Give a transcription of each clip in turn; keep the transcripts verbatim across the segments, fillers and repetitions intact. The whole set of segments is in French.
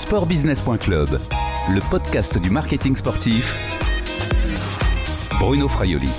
sport business point club, le podcast du marketing sportif. Bruno Fraioli.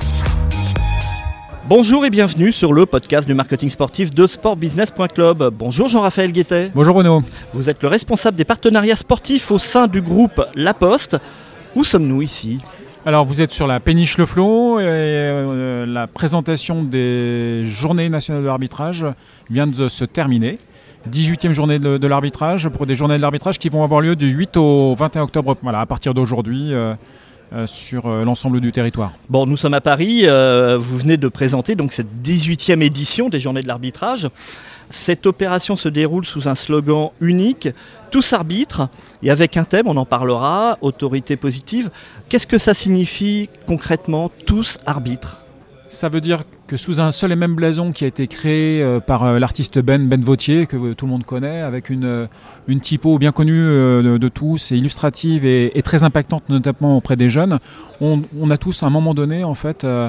Bonjour et bienvenue sur le podcast du marketing sportif de sport business point club. Bonjour Jean-Raphaël Guettet. Bonjour Bruno. Vous êtes le responsable des partenariats sportifs au sein du groupe La Poste. Où sommes-nous ici ? Alors vous êtes sur la péniche Le Flot et euh, la présentation des journées nationales de l'arbitrage vient de se terminer. dix-huitième journée de, de l'arbitrage pour des journées de l'arbitrage qui vont avoir lieu du huit au vingt et un octobre, voilà, à partir d'aujourd'hui euh, euh, sur euh, l'ensemble du territoire. Bon, nous sommes à Paris, euh, vous venez de présenter donc cette dix-huitième édition des journées de l'arbitrage. Cette opération se déroule sous un slogan unique, tous arbitres, et avec un thème, on en parlera, autorité positive. Qu'est-ce que ça signifie concrètement, tous arbitres ? Ça veut dire que sous un seul et même blason qui a été créé euh, par euh, l'artiste Ben, Ben Vautier, que euh, tout le monde connaît, avec une, euh, une typo bien connue euh, de, de tous, et illustrative et, et très impactante, notamment auprès des jeunes, on, on a tous à un moment donné en fait euh,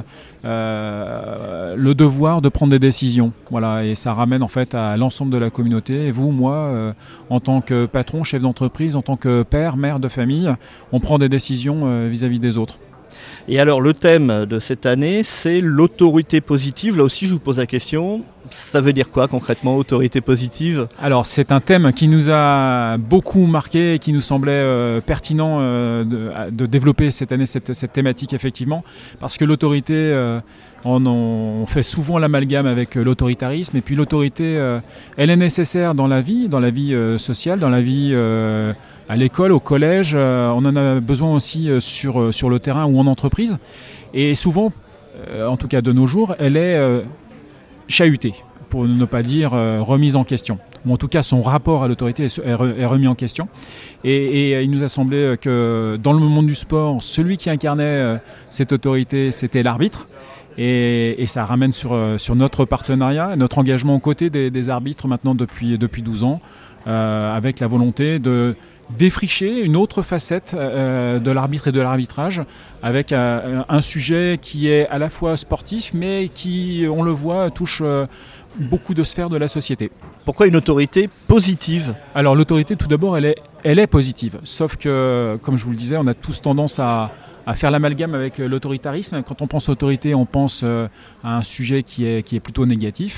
euh, le devoir de prendre des décisions. Voilà, et ça ramène en fait à l'ensemble de la communauté. Et vous, moi, euh, en tant que patron, chef d'entreprise, en tant que père, mère de famille, on prend des décisions euh, vis-à-vis des autres. Et alors le thème de cette année, c'est l'autorité positive. Là aussi, je vous pose la question, ça veut dire quoi concrètement, autorité positive ? Alors c'est un thème qui nous a beaucoup marqué et qui nous semblait euh, pertinent euh, de, de développer cette année cette, cette thématique effectivement, parce que l'autorité, euh, on, on fait souvent l'amalgame avec l'autoritarisme, et puis l'autorité, euh, elle est nécessaire dans la vie, dans la vie euh, sociale, dans la vie euh, à l'école, au collège, euh, on en a besoin aussi euh, sur, sur le terrain ou en entreprise, et souvent, euh, en tout cas de nos jours, elle est euh, chahutée, pour ne pas dire euh, remise en question, ou en tout cas son rapport à l'autorité est, est, est remis en question. Et, et il nous a semblé que dans le monde du sport, celui qui incarnait euh, cette autorité, c'était l'arbitre. Et, et ça ramène sur, sur notre partenariat, notre engagement aux côtés des, des arbitres maintenant depuis, depuis douze ans, euh, avec la volonté de défricher une autre facette euh, de l'arbitre et de l'arbitrage, avec euh, un sujet qui est à la fois sportif, mais qui, on le voit, touche euh, beaucoup de sphères de la société. Pourquoi une autorité positive ? Alors l'autorité, tout d'abord, elle est, elle est positive, sauf que, comme je vous le disais, on a tous tendance à à faire l'amalgame avec l'autoritarisme. Quand on pense autorité, on pense euh, à un sujet qui est, qui est plutôt négatif,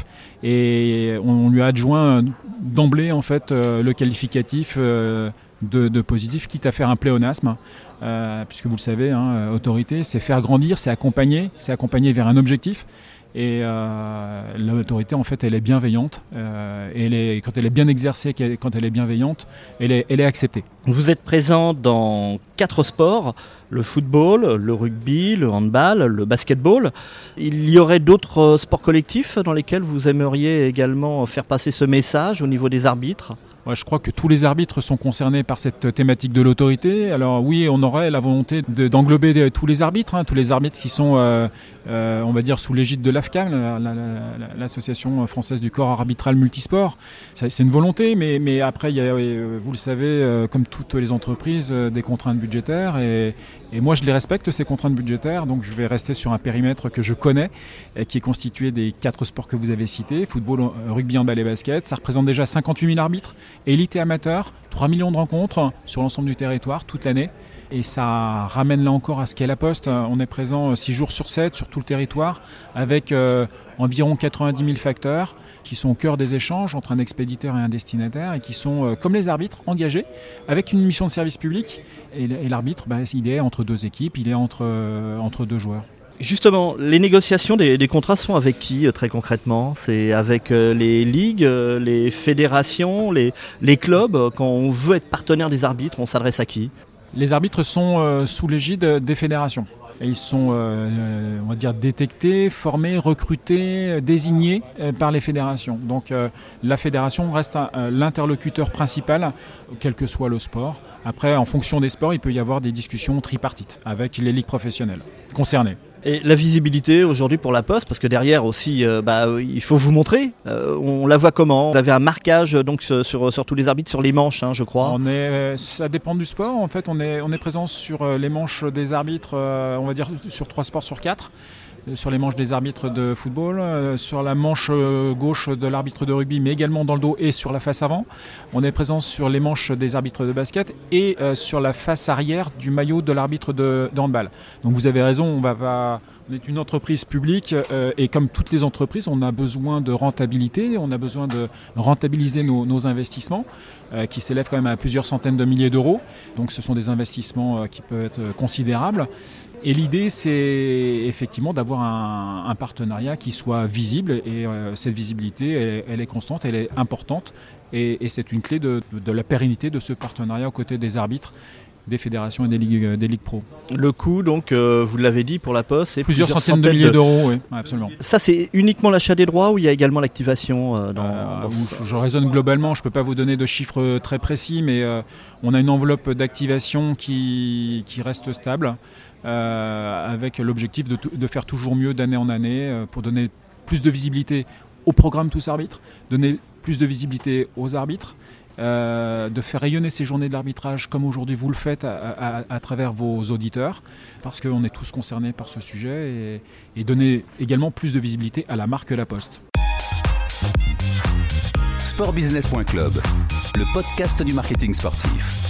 et on, on lui a adjoint d'emblée en fait euh, le qualificatif euh, de, de positif, quitte à faire un pléonasme, euh, puisque vous le savez, hein, autorité, c'est faire grandir, c'est accompagner, c'est accompagner vers un objectif. Et euh, l'autorité, en fait, elle est bienveillante. Euh, et elle est, quand elle est bien exercée, quand elle est bienveillante, elle est, elle est acceptée. Vous êtes présent dans quatre sports, le football, le rugby, le handball, le basketball. Il y aurait d'autres sports collectifs dans lesquels vous aimeriez également faire passer ce message au niveau des arbitres ? Ouais, je crois que tous les arbitres sont concernés par cette thématique de l'autorité. Alors oui, on aurait la volonté de, d'englober de, tous les arbitres, hein, tous les arbitres qui sont, euh, euh, on va dire, sous l'égide de l'A F C A M, la, la, la, l'association française du corps arbitral multisport. Ça, c'est une volonté, mais, mais après, il y a, vous le savez, euh, comme toutes les entreprises, euh, des contraintes budgétaires. Et, et moi, je les respecte, ces contraintes budgétaires, donc je vais rester sur un périmètre que je connais, et qui est constitué des quatre sports que vous avez cités, football, rugby, handball et basket. Ça représente déjà cinquante-huit mille arbitres. Élite et amateur, trois millions de rencontres sur l'ensemble du territoire toute l'année, et ça ramène là encore à ce qu'est la Poste. On est présent six jours sur sept sur tout le territoire, avec euh, environ quatre-vingt-dix mille facteurs qui sont au cœur des échanges entre un expéditeur et un destinataire, et qui sont, euh, comme les arbitres, engagés avec une mission de service public, et, et l'arbitre, bah, il est entre deux équipes, il est entre, euh, entre deux joueurs. Justement, les négociations des, des contrats sont avec qui, très concrètement ? C'est avec euh, les ligues, euh, les fédérations, les, les clubs ? Quand on veut être partenaire des arbitres, on s'adresse à qui ? Les arbitres sont euh, sous l'égide des fédérations. Et ils sont, euh, on va dire, détectés, formés, recrutés, désignés euh, par les fédérations. Donc euh, la fédération reste un, euh, l'interlocuteur principal, quel que soit le sport. Après, en fonction des sports, il peut y avoir des discussions tripartites avec les ligues professionnelles concernées. Et la visibilité aujourd'hui pour la Poste, parce que derrière aussi, euh, bah, il faut vous montrer. Euh, on la voit comment ? Vous avez un marquage donc sur, sur, sur tous les arbitres, sur les manches, hein, je crois. On est, ça dépend du sport. En fait, on est, on est présent sur les manches des arbitres, euh, on va dire sur trois sports sur quatre. sur les manches des arbitres de football, euh, sur la manche euh, gauche de l'arbitre de rugby, mais également dans le dos et sur la face avant. On est présent sur les manches des arbitres de basket et euh, sur la face arrière du maillot de l'arbitre de, de handball. Donc vous avez raison, on va pas... On est une entreprise publique euh, et comme toutes les entreprises, on a besoin de rentabilité, on a besoin de rentabiliser nos, nos investissements euh, qui s'élèvent quand même à plusieurs centaines de milliers d'euros. Donc ce sont des investissements euh, qui peuvent être considérables. Et l'idée, c'est effectivement d'avoir un, un partenariat qui soit visible et euh, cette visibilité, elle, elle est constante, elle est importante et, et c'est une clé de, de, de la pérennité de ce partenariat aux côtés des arbitres, des fédérations et des ligues, des ligues pro. Le coût, donc, euh, vous l'avez dit, pour la Poste, c'est plusieurs, plusieurs centaines, centaines de milliers de... d'euros, oui, absolument. Ça, c'est uniquement l'achat des droits ou il y a également l'activation euh, dans, euh, dans ce... Je raisonne globalement, je ne peux pas vous donner de chiffres très précis, mais euh, on a une enveloppe d'activation qui, qui reste stable, euh, avec l'objectif de, de faire toujours mieux d'année en année euh, pour donner plus de visibilité au programme Tous Arbitres, donner plus de visibilité aux arbitres, Euh, de faire rayonner ces journées de l'arbitrage comme aujourd'hui vous le faites à, à, à travers vos auditeurs parce qu'on est tous concernés par ce sujet et, et donner également plus de visibilité à la marque La Poste. sportbusiness point club, le podcast du marketing sportif.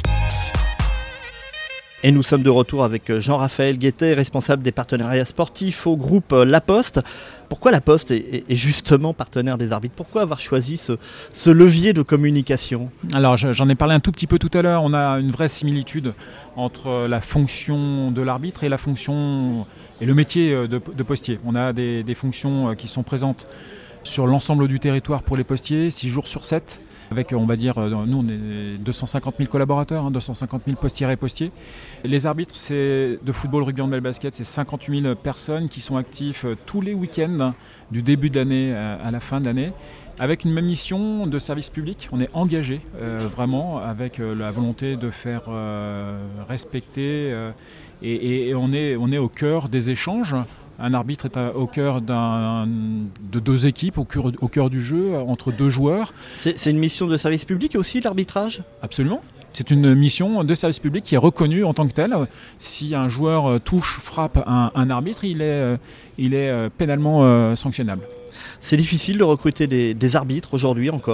Et nous sommes de retour avec Jean-Raphaël Guettet, responsable des partenariats sportifs au groupe La Poste. Pourquoi La Poste est, est justement partenaire des arbitres ? Pourquoi avoir choisi ce, ce levier de communication ? Alors j'en ai parlé un tout petit peu tout à l'heure. On a une vraie similitude entre la fonction de l'arbitre et la fonction et le métier de, de postier. On a des, des fonctions qui sont présentes sur l'ensemble du territoire pour les postiers, six jours sur sept. Avec, on va dire, nous on est deux cent cinquante mille collaborateurs, hein, deux cent cinquante mille postières et postiers. Les arbitres c'est de football, rugby, handball, basket, c'est cinquante-huit mille personnes qui sont actifs tous les week-ends du début de l'année à la fin de l'année. Avec une même mission de service public, on est engagé euh, vraiment avec euh, la volonté de faire euh, respecter euh, et, et on, est, on est au cœur des échanges. Un arbitre est au cœur d'un, de deux équipes, au cœur, au cœur du jeu, entre deux joueurs. C'est, c'est une mission de service public aussi, l'arbitrage ? Absolument. C'est une mission de service public qui est reconnue en tant que telle. Si un joueur touche, frappe un, un arbitre, il est, il est pénalement sanctionnable. C'est difficile de recruter des, des arbitres aujourd'hui encore ?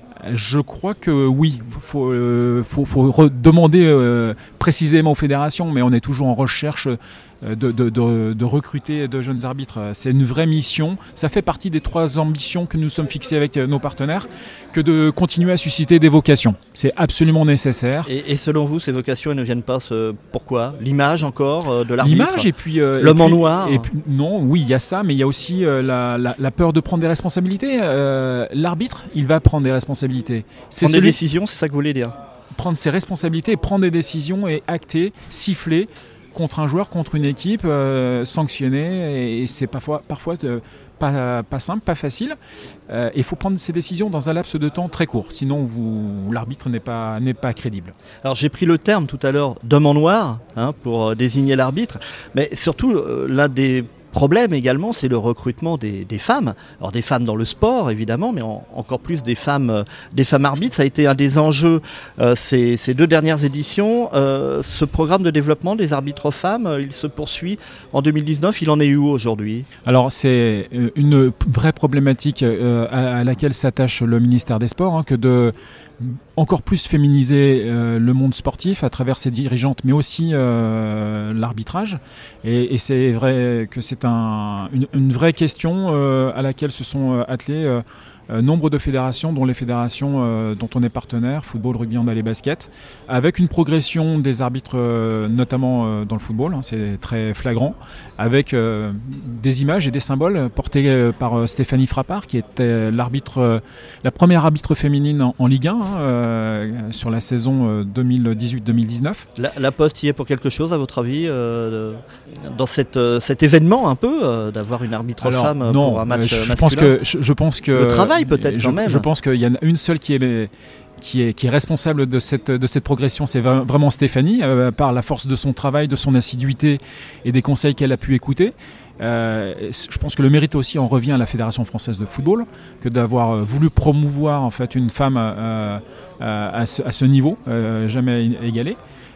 Je crois que oui, il faut, euh, faut, faut demander euh, précisément aux fédérations, mais on est toujours en recherche de, de, de, de recruter de jeunes arbitres. C'est une vraie mission, ça fait partie des trois ambitions que nous sommes fixées avec nos partenaires, que de continuer à susciter des vocations. C'est absolument nécessaire. Et, et selon vous, ces vocations, elles ne viennent pas ce... Pourquoi ? L'image encore euh, de l'arbitre ? L'image et puis... Euh, L'homme et puis, en noir ? et puis, Non, oui, il y a ça, mais il y a aussi euh, la, la, la peur de prendre des responsabilités. Euh, l'arbitre, il va prendre des responsabilités. C'est prendre celui... des décisions, c'est ça que vous voulez dire ? Prendre ses responsabilités, prendre des décisions et acter, siffler contre un joueur, contre une équipe, euh, sanctionner, et, et c'est parfois, parfois euh, pas, pas simple, pas facile. Il euh, faut prendre ces décisions dans un laps de temps très court, sinon vous, l'arbitre n'est pas, n'est pas crédible. Alors j'ai pris le terme tout à l'heure d'homme en noir hein, pour euh, désigner l'arbitre, mais surtout euh, l'un des problème également, c'est le recrutement des, des femmes. Alors des femmes dans le sport, évidemment, mais en, encore plus des femmes, euh, des femmes arbitres. Ça a été un des enjeux euh, ces, ces deux dernières éditions. Euh, ce programme de développement des arbitres femmes, euh, il se poursuit en deux mille dix-neuf. Il en est où aujourd'hui ? Alors c'est une vraie problématique euh, à, à laquelle s'attache le ministère des Sports, hein, que de encore plus féminiser euh, le monde sportif à travers ses dirigeantes, mais aussi euh, l'arbitrage. Et, et c'est vrai que c'est un, une, une vraie question euh, à laquelle se sont euh, attelées euh, euh, nombre de fédérations, dont les fédérations euh, dont on est partenaire, football, rugby, handball et basket, avec une progression des arbitres, euh, notamment euh, dans le football, hein, c'est très flagrant, avec euh, des images et des symboles portés euh, par euh, Stéphanie Frappard, qui était l'arbitre, euh, la première arbitre féminine en, en Ligue un, hein, euh, sur la saison euh, deux mille dix-huit deux mille dix-neuf. La, la Poste y est pour quelque chose, à votre avis, euh, dans cette, euh, cet événement un peu, euh, d'avoir une arbitre Alors, femme non, pour un match je masculin pense que, je, je pense que le travail peut-être je, quand même. Je pense qu'il y en a une seule qui est... Qui est, qui est responsable de cette, de cette progression, c'est vraiment Stéphanie, euh, par la force de son travail, de son assiduité et des conseils qu'elle a pu écouter. Euh, je pense que le mérite aussi en revient à la Fédération française de football, que d'avoir voulu promouvoir en fait une femme euh, à, à, ce, à ce niveau, euh, jamais égalé.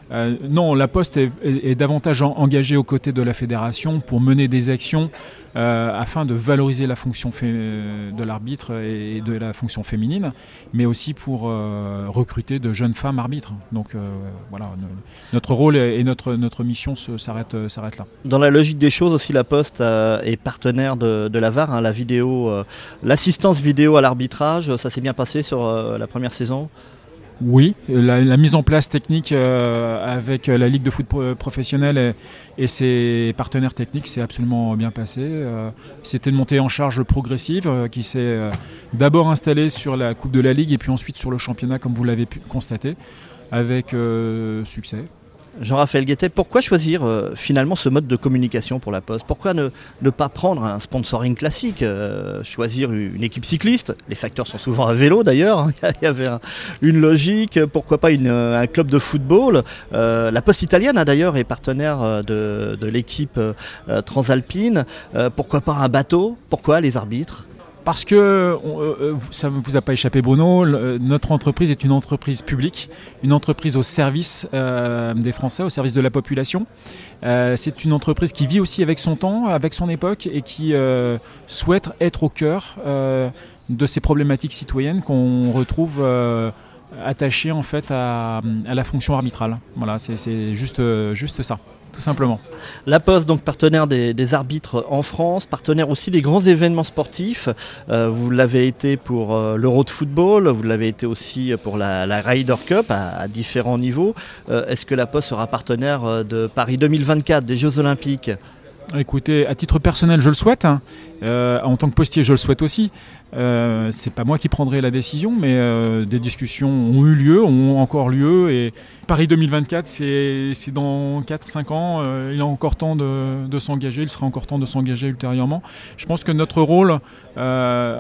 Euh, non, la Poste est, est, est davantage en, engagée aux côtés de la fédération pour mener des actions euh, afin de valoriser la fonction fé- de l'arbitre et de la fonction féminine, mais aussi pour euh, recruter de jeunes femmes arbitres. Donc euh, voilà, ne, notre rôle et notre, notre mission se, s'arrête, s'arrête là. Dans la logique des choses aussi, la Poste euh, est partenaire de, de la V A R, hein, la vidéo, euh, l'assistance vidéo à l'arbitrage. Ça s'est bien passé sur euh, la première saison ? Oui, la, la mise en place technique euh, avec la Ligue de foot pro- professionnelle et, et ses partenaires techniques s'est absolument bien passé. Euh, c'était une montée en charge progressive euh, qui s'est euh, d'abord installée sur la Coupe de la Ligue et puis ensuite sur le championnat, comme vous l'avez pu constater, avec euh, succès. Jean-Raphaël Guettet, pourquoi choisir euh, finalement ce mode de communication pour la Poste ? Pourquoi ne, ne pas prendre un sponsoring classique, euh, choisir une équipe cycliste ? Les facteurs sont souvent à vélo d'ailleurs, hein. Il y avait un, une logique. Pourquoi pas une, un club de football ? euh, La Poste italienne hein, d'ailleurs est partenaire de, de l'équipe euh, transalpine. Euh, pourquoi pas un bateau ? Pourquoi les arbitres ? Parce que, euh, ça ne vous a pas échappé Bruno, le, notre entreprise est une entreprise publique, une entreprise au service euh, des Français, au service de la population. Euh, c'est une entreprise qui vit aussi avec son temps, avec son époque et qui euh, souhaite être au cœur euh, de ces problématiques citoyennes qu'on retrouve euh, attachées en fait à, à la fonction arbitrale. Voilà, c'est, c'est juste, juste ça. Tout simplement. La Poste, donc partenaire des, des arbitres en France, partenaire aussi des grands événements sportifs. Euh, vous l'avez été pour euh, l'Euro de football, vous l'avez été aussi pour la, la Ryder Cup à, à différents niveaux. Euh, est-ce que la Poste sera partenaire de Paris deux mille vingt-quatre, des Jeux Olympiques ? Écoutez, à titre personnel, je le souhaite. Hein. Euh, en tant que postier, je le souhaite aussi. Euh, c'est pas moi qui prendrai la décision, mais euh, des discussions ont eu lieu, ont encore lieu. Et Paris deux mille vingt-quatre, c'est, c'est dans quatre à cinq ans. Euh, il a encore temps de, de s'engager, il sera encore temps de s'engager ultérieurement. Je pense que notre rôle euh,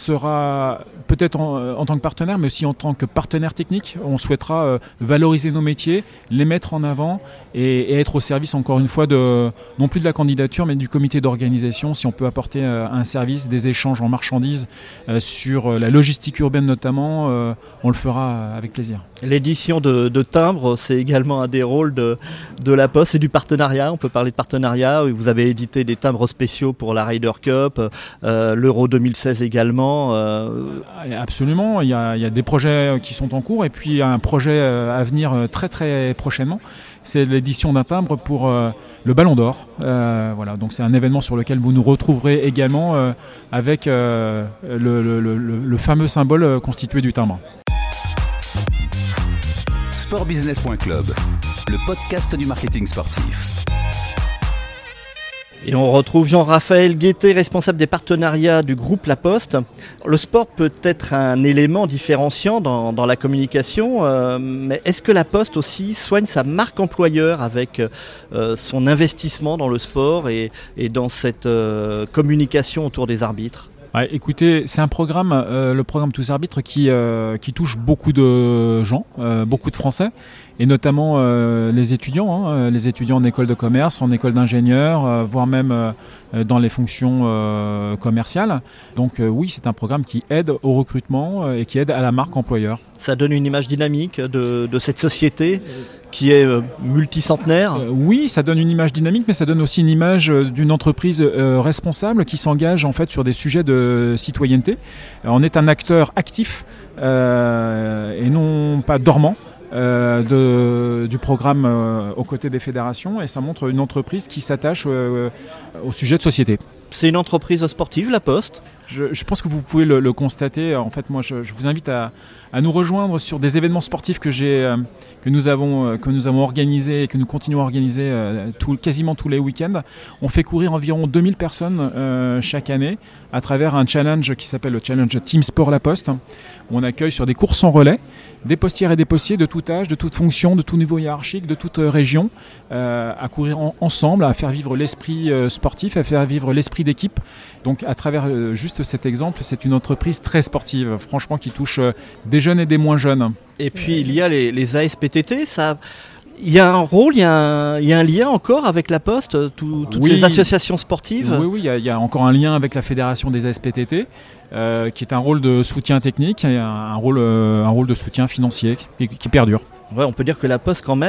sera peut-être en, en tant que partenaire, mais aussi en tant que partenaire technique. On souhaitera euh, valoriser nos métiers, les mettre en avant et, et être au service, encore une fois, de, non plus de la candidature, mais du comité d'organisation. Si on peut apporter euh, un service, des échanges en marchandises, Euh, sur euh, la logistique urbaine notamment, euh, on le fera avec plaisir. L'édition de, de timbres, c'est également un des rôles de, de la Poste, c'est du partenariat, on peut parler de partenariat. Vous avez édité des timbres spéciaux pour la Ryder Cup, euh, l'Euro deux mille seize également. Euh... Absolument, il y, a, il y a des projets qui sont en cours et puis il y a un projet à venir très très prochainement. C'est l'édition d'un timbre pour euh, le Ballon d'Or. Euh, voilà, donc c'est un événement sur lequel vous nous retrouverez également euh, avec euh, le, le, le, le fameux symbole constitué du timbre. sportbusiness point club, le podcast du marketing sportif. Et on retrouve Jean-Raphaël Guettet, responsable des partenariats du groupe La Poste. Le sport peut être un élément différenciant dans, dans la communication, euh, mais est-ce que La Poste aussi soigne sa marque employeur avec euh, son investissement dans le sport et, et dans cette euh, communication autour des arbitres ? Ouais, écoutez, c'est un programme, euh, le programme Tous Arbitres, qui, euh, qui touche beaucoup de gens, euh, beaucoup de Français, et notamment euh, les étudiants, hein, les étudiants en école de commerce, en école d'ingénieur, euh, voire même euh, dans les fonctions euh, commerciales. Donc euh, oui, c'est un programme qui aide au recrutement euh, et qui aide à la marque employeur. Ça donne une image dynamique de, de cette société qui est euh, multicentenaire. Euh, oui, ça donne une image dynamique, mais ça donne aussi une image d'une entreprise euh, responsable qui s'engage en fait sur des sujets de citoyenneté. On est un acteur actif euh, et non pas dormant. Euh, de, du programme euh, aux côtés des fédérations, et ça montre une entreprise qui s'attache euh, au sujet de société. C'est une entreprise sportive, La Poste ? Je, je pense que vous pouvez le, le constater. En fait, moi, je, je vous invite à, à nous rejoindre sur des événements sportifs que, j'ai, euh, que, nous, avons, euh, que nous avons organisés et que nous continuons à organiser euh, tout, quasiment tous les week-ends. On fait courir environ deux mille personnes euh, chaque année à travers un challenge qui s'appelle le challenge Team Sport La Poste, où on accueille sur des courses en relais des postières et des postiers de tout âge, de toute fonction, de tout niveau hiérarchique, de toute région, euh, à courir en, ensemble, à faire vivre l'esprit euh, sportif, à faire vivre l'esprit d'équipe. Donc à travers euh, juste cet exemple, c'est une entreprise très sportive, franchement, qui touche euh, des jeunes et des moins jeunes. Et puis il y a les, les A S P T T, ça... Il y a un rôle, il y a un, il y a un lien encore avec La Poste, tout, toutes oui. ces associations sportives. Oui, oui, il y, a, il y a encore un lien avec la Fédération des A S P T T, euh, qui est un rôle de soutien technique et un, un, rôle, euh, un rôle de soutien financier qui, qui perdure. Ouais, on peut dire que La Poste quand même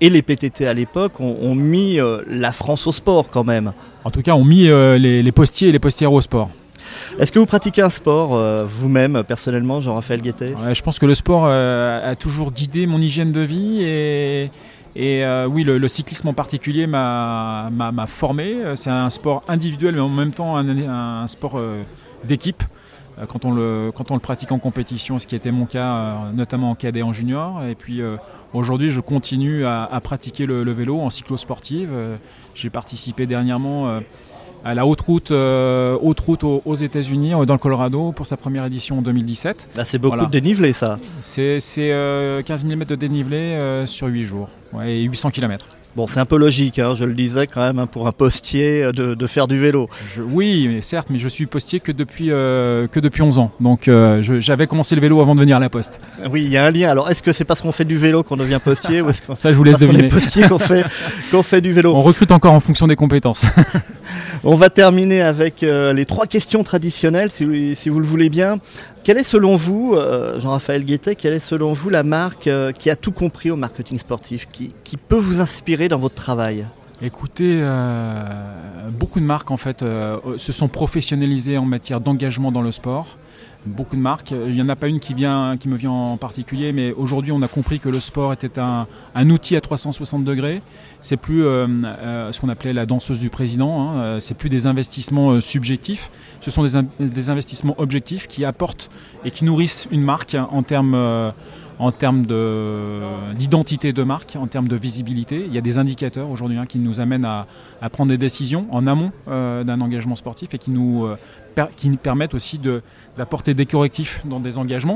et les P T T à l'époque ont, ont mis euh, la France au sport quand même. En tout cas, ont mis euh, les, les postiers et les postières au sport. Est-ce que vous pratiquez un sport euh, vous-même, personnellement, Jean-Raphaël Guettet ? Ouais, je pense que le sport euh, a toujours guidé mon hygiène de vie et, et euh, oui, le, le cyclisme en particulier m'a, m'a, m'a formé. C'est un sport individuel mais en même temps un, un sport euh, d'équipe. Quand on, le, quand on le pratique en compétition, ce qui était mon cas, euh, notamment en cadet, en junior. Et puis euh, aujourd'hui, je continue à, à pratiquer le, le vélo en cyclo-sportive. Euh, j'ai participé dernièrement euh, à la haute route, euh, haute route aux, aux États-Unis, dans le Colorado, pour sa première édition en deux mille dix-sept. Ah, c'est beaucoup voilà. de dénivelé, ça. C'est, c'est euh, quinze mille mètres de dénivelé euh, sur huit jours, ouais, et huit cents kilomètres. Bon, c'est un peu logique, hein, je le disais quand même, hein, pour un postier de, de faire du vélo. Je, oui, mais certes, mais je suis postier que depuis, euh, que depuis onze ans. Donc euh, je, j'avais commencé le vélo avant de venir à la poste. Oui, il y a un lien. Alors, est-ce que c'est parce qu'on fait du vélo qu'on devient postier ou est-ce qu'on, Ça, je vous laisse parce deviner. qu'on est postier qu'on fait, qu'on fait du vélo ? On recrute encore en fonction des compétences. On va terminer avec euh, les trois questions traditionnelles, si, si vous le voulez bien. Quelle est selon vous, euh, Jean-Raphaël Guettet, quelle est selon vous la marque euh, qui a tout compris au marketing sportif, qui, qui peut vous inspirer dans votre travail ? Écoutez, euh, beaucoup de marques en fait euh, se sont professionnalisées en matière d'engagement dans le sport. Beaucoup de marques. Il n'y en a pas une qui, vient, qui me vient en particulier, mais aujourd'hui on a compris que le sport était un, un outil à trois cent soixante degrés. C'est plus euh, euh, ce qu'on appelait la danseuse du président, hein. C'est plus des investissements euh, subjectifs, ce sont des, in- des investissements objectifs qui apportent et qui nourrissent une marque en termes, euh, en termes de, d'identité de marque, en termes de visibilité. Il y a des indicateurs aujourd'hui hein, qui nous amènent à, à prendre des décisions en amont euh, d'un engagement sportif et qui nous, euh, per- qui nous permettent aussi de, d'apporter des correctifs dans des engagements.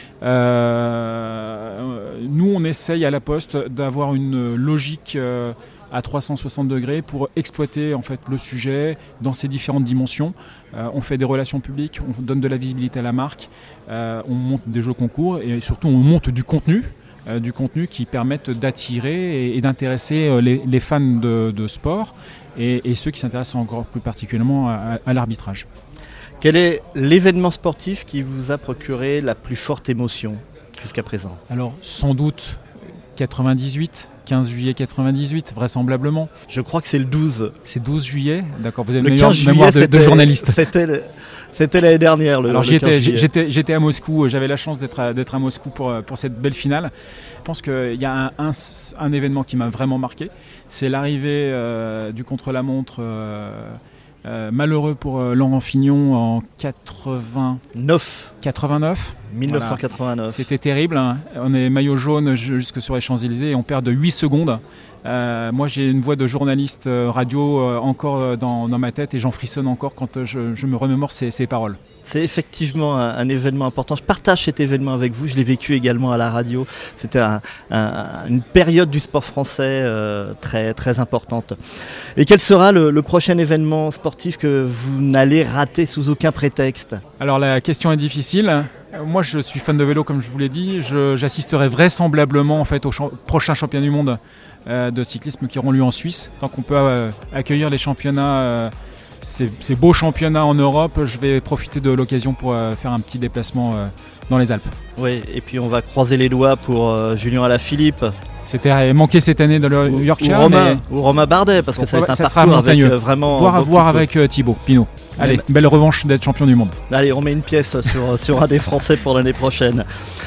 Euh, nous, on essaye à la Poste d'avoir une logique euh, à trois cent soixante degrés pour exploiter en fait, le sujet dans ses différentes dimensions. Euh, on fait des relations publiques, on donne de la visibilité à la marque, euh, on monte des jeux concours et surtout on monte du contenu. Euh, du contenu qui permettent d'attirer et, et d'intéresser euh, les, les fans de, de sport et, et ceux qui s'intéressent encore plus particulièrement à, à l'arbitrage. Quel est l'événement sportif qui vous a procuré la plus forte émotion jusqu'à présent ? Alors sans doute quatre-vingt-dix-huit, quinze juillet quatre-vingt-dix-huit, vraisemblablement. Je crois que c'est le douze. C'est douze juillet, d'accord, vous avez Le une meilleure quinze juillet, mémoire de, c'était, de journaliste. C'était, c'était l'année dernière, le, Alors le j'y quinze étais, juillet. j'étais, j'étais à Moscou, j'avais la chance d'être à, d'être à Moscou pour, pour cette belle finale. Je pense qu'il y a un, un, un événement qui m'a vraiment marqué, c'est l'arrivée euh, du contre-la-montre euh, euh, malheureux pour euh, Laurent Fignon en quatre-vingt-neuf. mille neuf cent quatre-vingt-neuf. Voilà. C'était terrible, hein. On est maillot jaune jusque sur les Champs-Élysées et on perd de huit secondes. Euh, moi j'ai une voix de journaliste euh, radio euh, encore euh, dans, dans ma tête et j'en frissonne encore quand euh, je, je me remémore ces, ces paroles. C'est effectivement un, un événement important. Je partage cet événement avec vous, je l'ai vécu également à la radio. C'était un, un, une période du sport français euh, très, très importante. Et quel sera le, le prochain événement sportif que vous n'allez rater sous aucun prétexte ? Alors la question est difficile. Moi je suis fan de vélo comme je vous l'ai dit. Je, j'assisterai vraisemblablement en fait, aux champ- prochains championnats du monde euh, de cyclisme qui auront lieu en Suisse. Tant qu'on peut euh, accueillir les championnats... Euh, Ces, ces beaux championnats en Europe, je vais profiter de l'occasion pour euh, faire un petit déplacement euh, dans les Alpes. Oui, et puis on va croiser les doigts pour euh, Julien Alaphilippe. C'était manqué cette année de le Yorkshire, ou Romain, mais ou Romain Bardet, parce que bon, ça va être un ça parcours avec euh, vraiment... Voir à voir avec euh, Thibaut Pinot. Allez, mais... belle revanche d'être champion du monde. Allez, on met une pièce sur, sur un des Français pour l'année prochaine.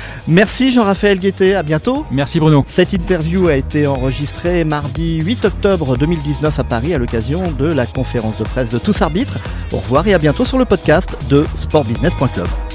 Merci Jean-Raphaël Guettet, à bientôt. Merci Bruno. Cette interview a été enregistrée mardi huit octobre deux mille dix-neuf à Paris à l'occasion de la conférence de presse de Tous Arbitres. Au revoir et à bientôt sur le podcast de sport business point club.